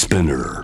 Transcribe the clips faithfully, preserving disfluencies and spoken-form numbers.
Spinner。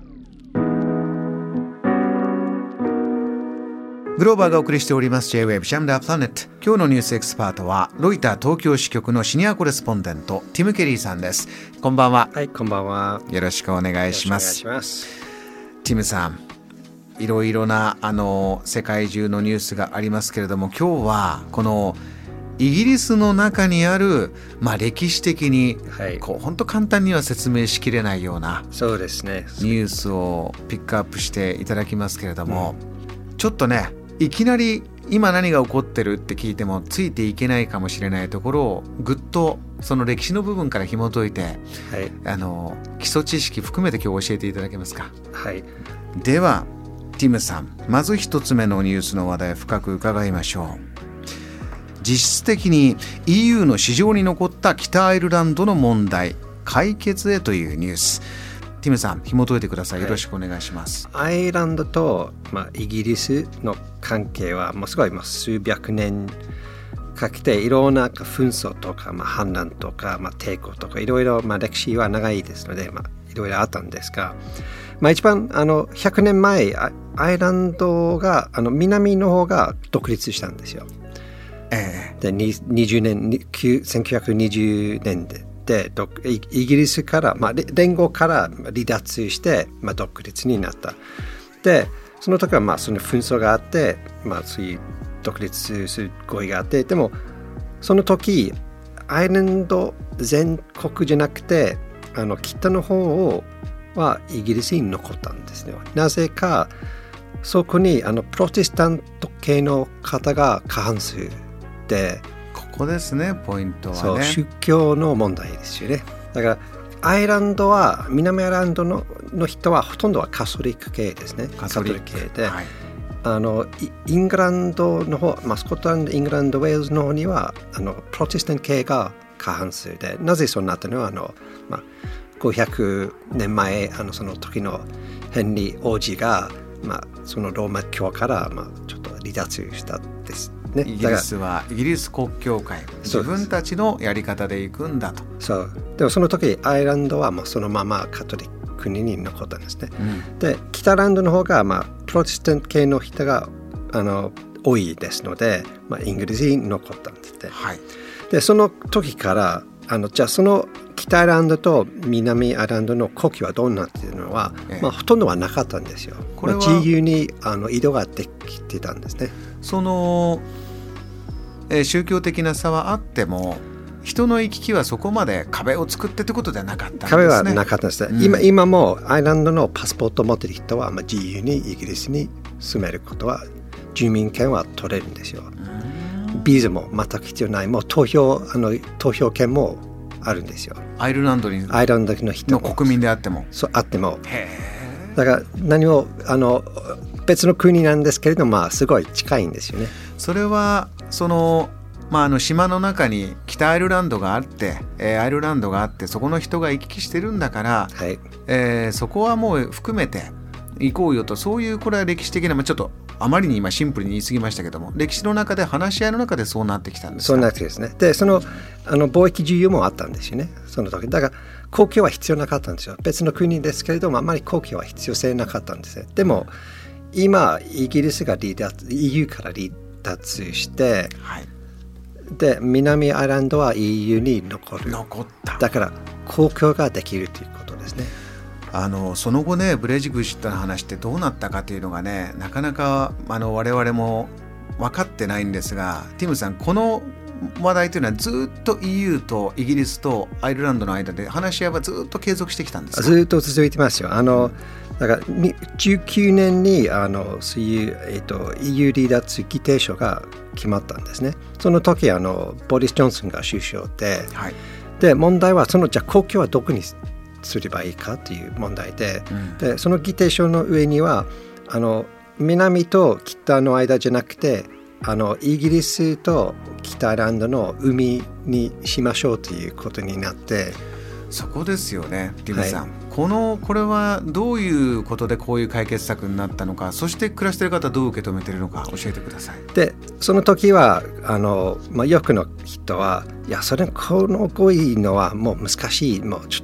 グローバーがお送りしております J-Wave ジャムダープラネット。今日のニュースエキスパートはロイター東京支局のシニアコレスポンデントティム・ケリーさんです。こんばんは。 はい、こんばんは。 よろしくお願いします。 よろしくお願いします。 ティムさん、いろいろなあの世界中のニュースがありますけれども、今日はこのイギリスの中にある、まあ、歴史的に、はい、こう本当簡単には説明しきれないようなそうですねニュースをピックアップしていただきますけれども、うん、ちょっとねいきなり今何が起こってるって聞いてもついていけないかもしれないところをぐっとその歴史の部分から紐解いて、はい、あの基礎知識含めて今日教えていただけますか。 はい。 ではティムさん、まず一つ目のニュースの話題を深く伺いましょう。実質的に イーユー の市場に残った北アイルランドの問題解決へというニュース、ティムさん紐解いてください。よろしくお願いします。 はい、アイルランドと、まあ、イギリスの関係はもうすごい、まあ、数百年かけていろんな紛争とか、まあ、反乱とか、まあ、抵抗とかいろいろ、まあ、歴史は長いですので、まあ、いろいろあったんですが、まあ、一番あのひゃくねんまえアイルランドがあの南の方が独立したんですよ。 えでにじゅうねんせんきゅうひゃくにじゅうねんででイギリスから、まあ、連合から離脱して、まあ、独立になった。でその時はまあその紛争があって、まあ、そういう独立する合意があって、でもその時アイルランド全国じゃなくてあの北の方はイギリスに残ったんですね。なぜかそこにあのプロテスタント系の方が過半数で、 ここですねポイントはね。 そう宗教の問題ですよね。だからアイルランドは南アイルランド の, の人はほとんどはカソリック系ですね。 カソリック系で、 はい、 あのイングランドの方、まあ、スコットランドイングランドウェールズの方にはあのプロテスタント系が過半数で、なぜそうなったのはあの、まあ、ごひゃくねんまえあのその時のヘンリー王子が、まあ、そのローマ教から、まあ、ちょっと離脱したんですね。 イギリスはイギリス国教会自分たちのやり方で行くんだと。 そうでもその時アイルランドはもうそのままカトリック国に残ったんですね、うん、で北アイルランドの方が、まあ、プロテスタント系の人があの多いですので、まあ、イギリスに残ったんですね、はい、でその時からあのじゃあその北アイルランドと南アイルランドの国旗はどうなっているのは、ええまあ、ほとんどはなかったんですよ。これは、まあ、自由にあの移動ができてたんですね。 その、えー、宗教的な差はあっても人の行き来はそこまで壁を作ってってことではなかったんですね。 壁はなかったんですね、うん、今, 今もアイルランドのパスポートを持っている人は、まあ、自由にイギリスに住めることは住民権は取れるんですよ。ビザも全く必要ない。もう投票あの投票権もあるんですよ。 アイルランドにアイルランドの人の国民であってもそうあってもだから何もあの別の国なんですけれども、まあ、すごい近いんですよね。 それはその、まあ、あの島の中に北アイルランドがあって、えー、アイルランドがあってそこの人が行き来してるんだから、はいえー、そこはもう含めて行こうよと、そういうこれは歴史的な、まあ、ちょっとあまりに今シンプルに言い過ぎましたけども、歴史の中で話し合いの中でそうなってきたんですか。 そうなってですね。でそのあの貿易自由もあったんですよね。その時だから公共は必要なかったんですよ。別の国ですけれどもあまり公共は必要性なかったんですね。でも今イギリスが離脱 イーユー から離脱して、はい、で南アイルランドは イーユー に残る。 残った。 だから公共ができるということですね。 あのその後ねブレジグジットの話ってどうなったかというのがねなかなかあの我々も分かってないんですが、ティムさんこの話題というのはずっと イーユー とイギリスとアイルランドの間で話し合いはずっと継続してきたんですか。 ずっと続いてますよ。あのだからじゅうきゅうねんにあのそういう、えー、と イーユー 離脱議定書が決まったんですね。その時あのボリス・ジョンソンが首相で、はい、で問題はそのじゃあ国境はどこにすればいいかという問題 で,、うん、でその議定書の上にはあの南と北の間じゃなくてあのイギリスと北アイルランドの海にしましょうということになって、 そこですよねティムさん、はい、このこれはどういうことでこういう解決策になったのか、そして暮らしている方はどう受け止めているのか教えてください。 でその時はあの、まあ、よくの人はいやそれこの合意のはもう難しい、もうちょっと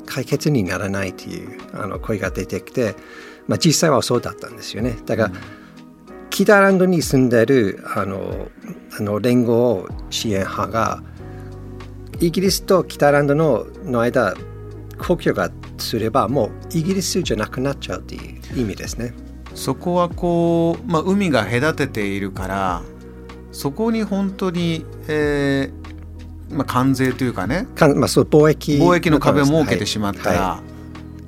解決にならないというあの声が出てきて、まあ、実際はそうだったんですよね。だから、うん、北アイルランドに住んでいるあのあの連合支援派がイギリスと北アイルランド の, の間国境がすればもうイギリスじゃなくなっちゃうという意味ですね。 そこはこう、まあ、海が隔てているからそこに本当に、えーまあ、関税というかね、 かまあ、そう貿易貿易の壁を設けてしまったら、 はいはい、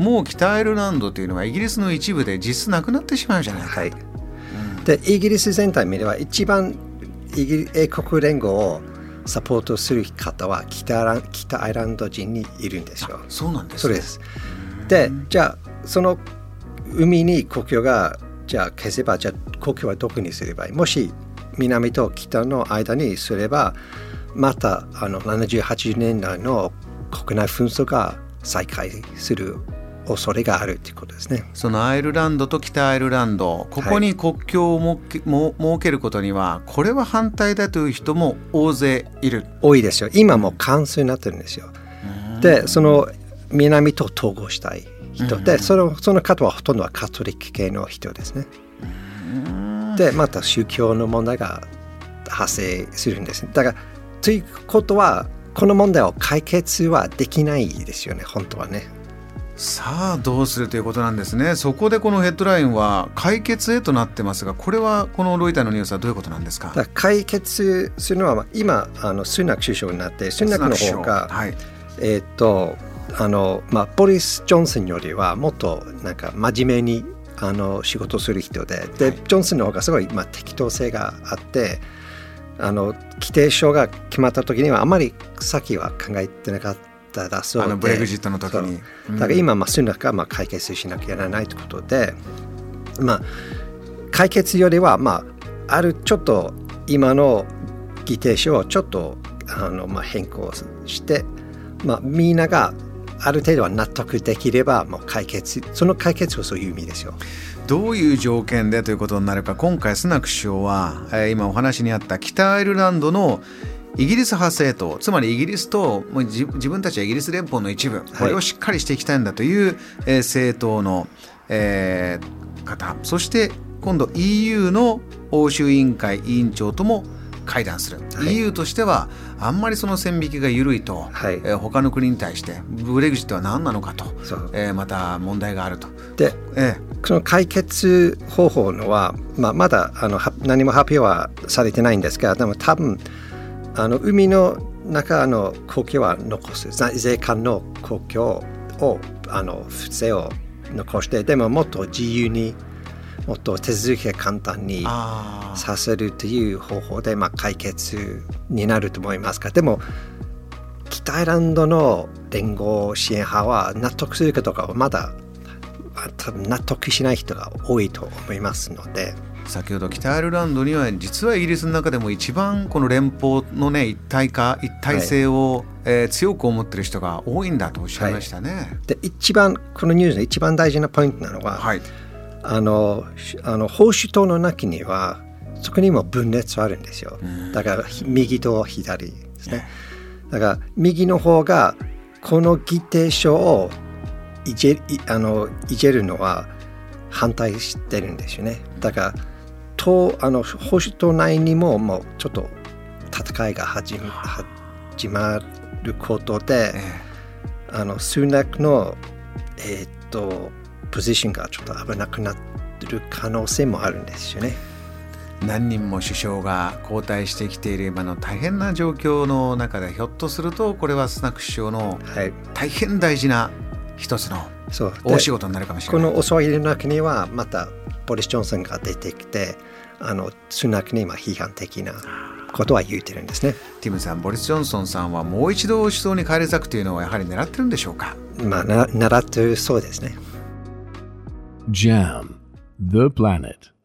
もう北アイルランドというのはイギリスの一部で実質なくなってしまうじゃないか、はい、 うん、でイギリス全体見れば一番イギリ英国連合をサポートする方は 北, 北アイルランド人にいるんですよ。 そうなんですね。 そうです。でじゃあその海に国境がじゃあ消せばじゃあ国境はどこにすればいい。もし南と北の間にすればまたあのななじゅうはちじゅうねんだいの国内紛争が再開する恐れがあるということですね。 そのアイルランドと北アイルランド、ここに国境を設け、はい、設けることにはこれは反対だという人も大勢いる。 多いですよ。今もう関数になってるんですよ。でその南と統合したい人で、その、その方はほとんどはカトリック系の人ですね。でまた宗教の問題が発生するんですね。だからということはこの問題を解決はできないですよね、本当はね。 さあどうするということなんですね。そこでこのヘッドラインは解決へとなってますが、これはこのロイターのニュースはどういうことなんですか。 だから解決するのは今あのスナク首相になってスナクの方が、はい、えー、っとあのまあ、ボリス・ジョンソンよりはもっとなんか真面目にあの仕事する人で、で、はい、ジョンソンの方がすごい、まあ、適当性があってあの規定書が決まった時にはあまり先は考えてなかっただそうで、 あのブレグジットの時に、 うん、だから今、まあ、スナクがまあ解決しなきゃならないということで、まあ、解決よりは、まあ、あるちょっと今の議定書をちょっとあの、まあ、変更して、まあ、みんながある程度は納得できればもう解決、その解決はそういう意味ですよ。 どういう条件でということになるか。今回スナク首相は、えー、今お話にあった北アイルランドのイギリス派政党、つまりイギリスともう 自, 自分たちはイギリス連邦の一部、これをしっかりしていきたいんだという、えー、政党の、えー、方、そして今度 イーユー の欧州委員会委員長とも会談する、はい、イーユー としてはあんまりその線引きが緩いと、はい、えー、他の国に対してブレグジットは何なのかと、えー、また問題があると。 で、えー、その解決方法のは、まあ、まだあの何も発表はされてないんですが、でも多分あの海の中の国境は残す、税関の国境をあの不正を残して、でももっと自由にもっと手続きが簡単にさせるという方法で、まあ、解決になると思いますが、でも北アイルランドの連合支援派は納得するかどうかはまだ多分納得しない人が多いと思いますので、 先ほど北アイルランドには実はイギリスの中でも一番この連邦の、ね、一体化一体性を、はい、えー、強く思っている人が多いんだとおっしゃいましたね。はい、 で一番このニュースの一番大事なポイントなのは、はい、あのあの保守党の中にはそこにも分裂あるんですよ。だから右と左ですね。だから右の方がこの議定書をいじいあのいじるのは反対してるんですよね。だから党あの保守党内にももうちょっと戦いが始 ま, 始まることで、あのスナクのえー、っとポジションがちょっと危なくなる可能性もあるんですよね。 何人も首相が交代してきている今の大変な状況の中で、ひょっとするとこれはスナク首相の大変大事な一つの大仕事になるかもしれない。 このお騒ぎの中にはまたボリス・ジョンソンが出てきて、あのスナクに今批判的なことは言ってるんですね。 ティムさん、ボリス・ジョンソンさんはもう一度首相に返り咲くというのはやはり狙ってるんでしょうか。 まあ、な狙ってるそうですね。 ジャム The Planet